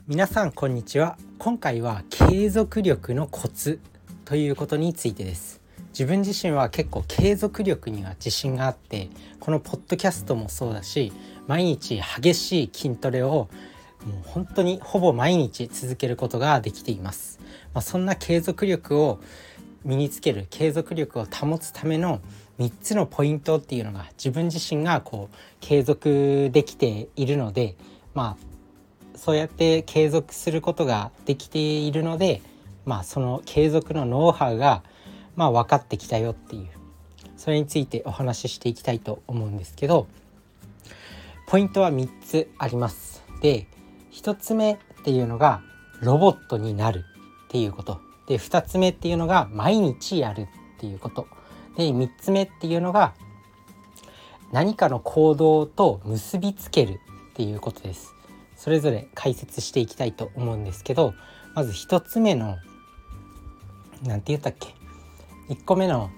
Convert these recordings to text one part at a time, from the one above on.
皆さんこんにちは。今回は継続力のコツということについてです。自分自身は結構継続力には自信があって、このポッドキャストもそうだし、毎日激しい筋トレをもう本当にほぼ毎日続けることができています。そんな継続力を身につける、継続力を保つための3つのポイントっていうのが自分自身が継続できているので、そうやって継続することができているので、その継続のノウハウが分かってきたよっていう、それについてお話ししていきたいと思うんですけど、ポイントは3つあります。で、1つ目っていうのがロボットになるっていうことで、2つ目っていうのが毎日やるっていうことで、3つ目っていうのが何かの行動と結びつけるっていうことです。それぞれ解説していきたいと思うんですけど、まず1つ目の1個目の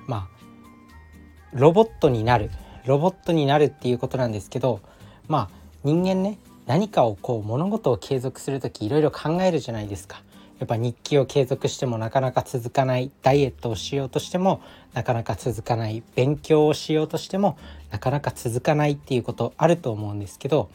ロボットになるっていうことなんですけど、人間ね、何かを物事を継続するときいろいろ考えるじゃないですか。やっぱ日記を継続してもなかなか続かない、ダイエットをしようとしてもなかなか続かない、勉強をしようとしてもなかなか続かないっていうことあると思うんですけど、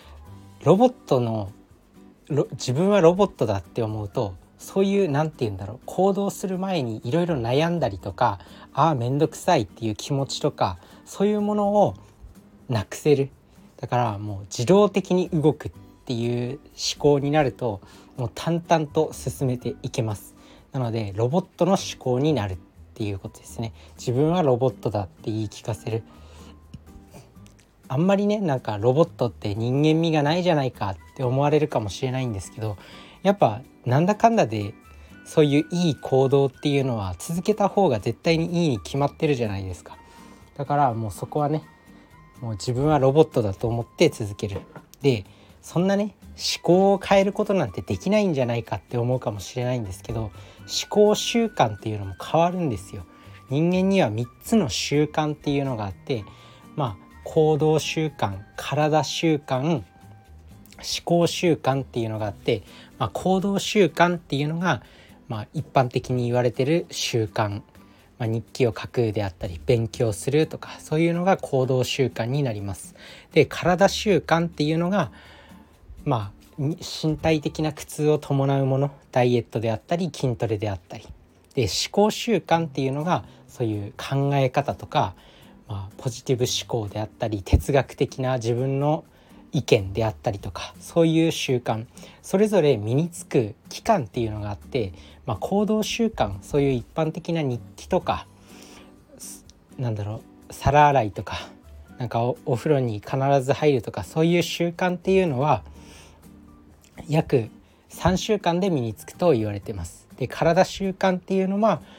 自分はロボットだって思うと、そういう行動する前にいろいろ悩んだりとか、めんどくさいっていう気持ちとか、そういうものをなくせる。だからもう自動的に動くっていう思考になると、もう淡々と進めていけます。なのでロボットの思考になるっていうことですね。自分はロボットだって言い聞かせる。あんまりね、ロボットって人間味がないじゃないかって思われるかもしれないんですけど、やっぱなんだかんだでそういういい行動っていうのは続けた方が絶対にいいに決まってるじゃないですか。だからもうそこはね、もう自分はロボットだと思って続ける。で、そんなね、思考を変えることなんてできないんじゃないかって思うかもしれないんですけど、思考習慣っていうのも変わるんですよ。人間には3つの習慣っていうのがあって、行動習慣、体習慣、思考習慣っていうのがあって、行動習慣っていうのが、一般的に言われてる習慣、日記を書くであったり勉強するとか、そういうのが行動習慣になります。で、体習慣っていうのが身体的な苦痛を伴うもの、ダイエットであったり筋トレであったりで、思考習慣っていうのがそういう考え方とか、ポジティブ思考であったり哲学的な自分の意見であったりとか、そういう習慣、それぞれ身につく期間っていうのがあって、行動習慣、そういう一般的な日記とか、皿洗いとか、お風呂に必ず入るとか、そういう習慣っていうのは約3週間で身につくと言われています。で、体習慣っていうのは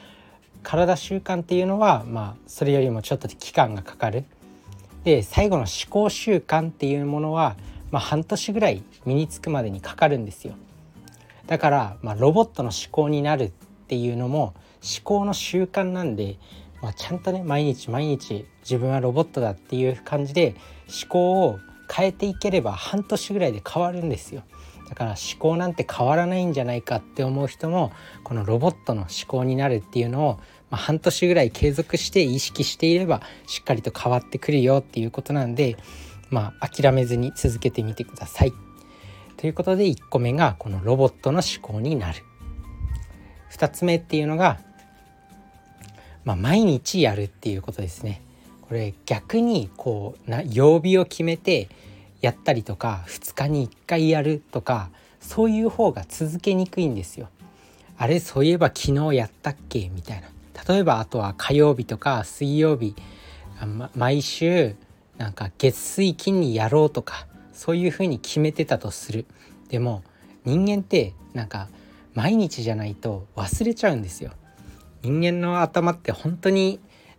それよりもちょっと期間がかかる。で、最後の思考習慣っていうものは、半年ぐらい身につくまでにかかるんですよ。だから、ロボットの思考になるっていうのも思考の習慣なんで、ちゃんとね、毎日自分はロボットだっていう感じで思考を変えていければ半年ぐらいで変わるんですよ。だから思考なんて変わらないんじゃないかって思う人も、このロボットの思考になるっていうのを、半年ぐらい継続して意識していればしっかりと変わってくるよっていうことなんで、諦めずに続けてみてくださいということで、1個目がこのロボットの思考になる。2つ目っていうのが、毎日やるっていうことですね。これ逆に曜日を決めてやったりとか、2日に1回やるとか、そういう方が続けにくいんですよ。あれ、そういえば昨日やったっけみたいな。例えばあとは火曜日とか水曜日、毎週月水金にやろうとか、そういう風に決めてたとする。でも人間って毎日じゃないと忘れちゃうんですよ。人間の頭って本当に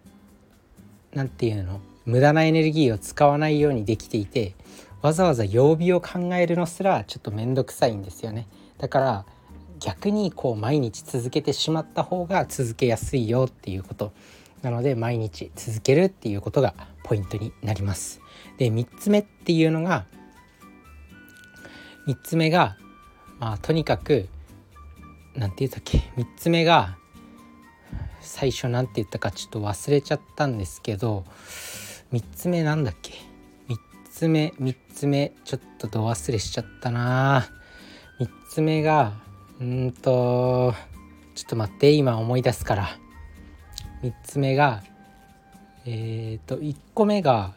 無駄なエネルギーを使わないようにできていて、わざわざ曜日を考えるのすらちょっとめんどくさいんですよね。だから逆に毎日続けてしまった方が続けやすいよっていうことなので、毎日続けるっていうことがポイントになります。で、3つ目がとにかくなんて言ったっけ、3つ目が最初なんて言ったかちょっと忘れちゃったんですけど、3つ目なんだっけ、3つ目ちょっとど忘れしちゃったな。3つ目がちょっと待って、今思い出すから。3つ目が1個目が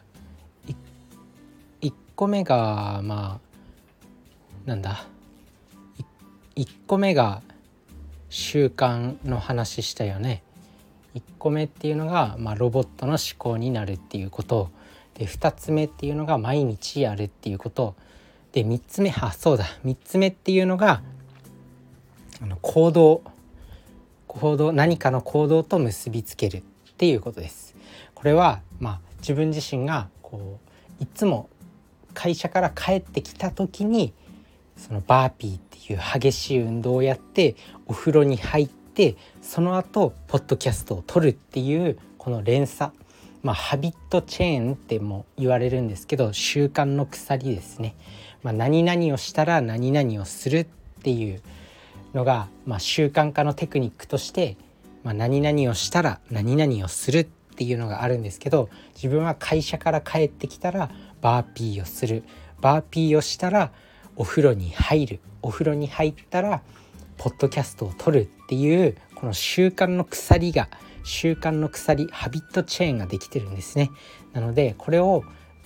なんだ、1個目が習慣の話したよね。1個目っていうのが、ロボットの思考になるっていうことで、2つ目っていうのが毎日やるっていうことで、3つ目3つ目っていうのが行動、何かの行動と結びつけるっていうことです。これは自分自身がいつも会社から帰ってきた時にそのバーピーっていう激しい運動をやってお風呂に入って、その後ポッドキャストを撮るっていうこの連鎖、ハビットチェーンっても言われるんですけど、習慣の鎖ですね。何々をしたら何々をするっていうのが、習慣化のテクニックとして、何々をしたら何々をするっていうのがあるんですけど、自分は会社から帰ってきたらバーピーをする、バーピーをしたらお風呂に入る、お風呂に入ったらポッドキャストを撮るっていう、この習慣の鎖、ハビットチェーンができてるんですね。なのでこの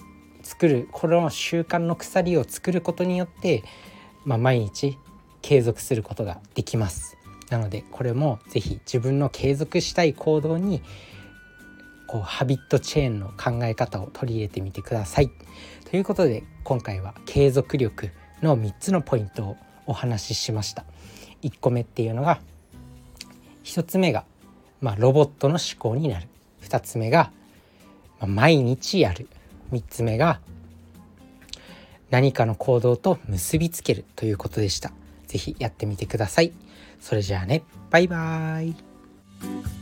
習慣の鎖を作ることによって、毎日継続することができます。なのでこれもぜひ自分の継続したい行動にハビットチェーンの考え方を取り入れてみてください。ということで今回は継続力の3つのポイントをお話ししました。1個目っていうのが、1つ目が、ロボットの思考になる。2つ目が、毎日やる。3つ目が何かの行動と結びつけるということでした。ぜひやってみてください。それじゃあね、バイバーイ。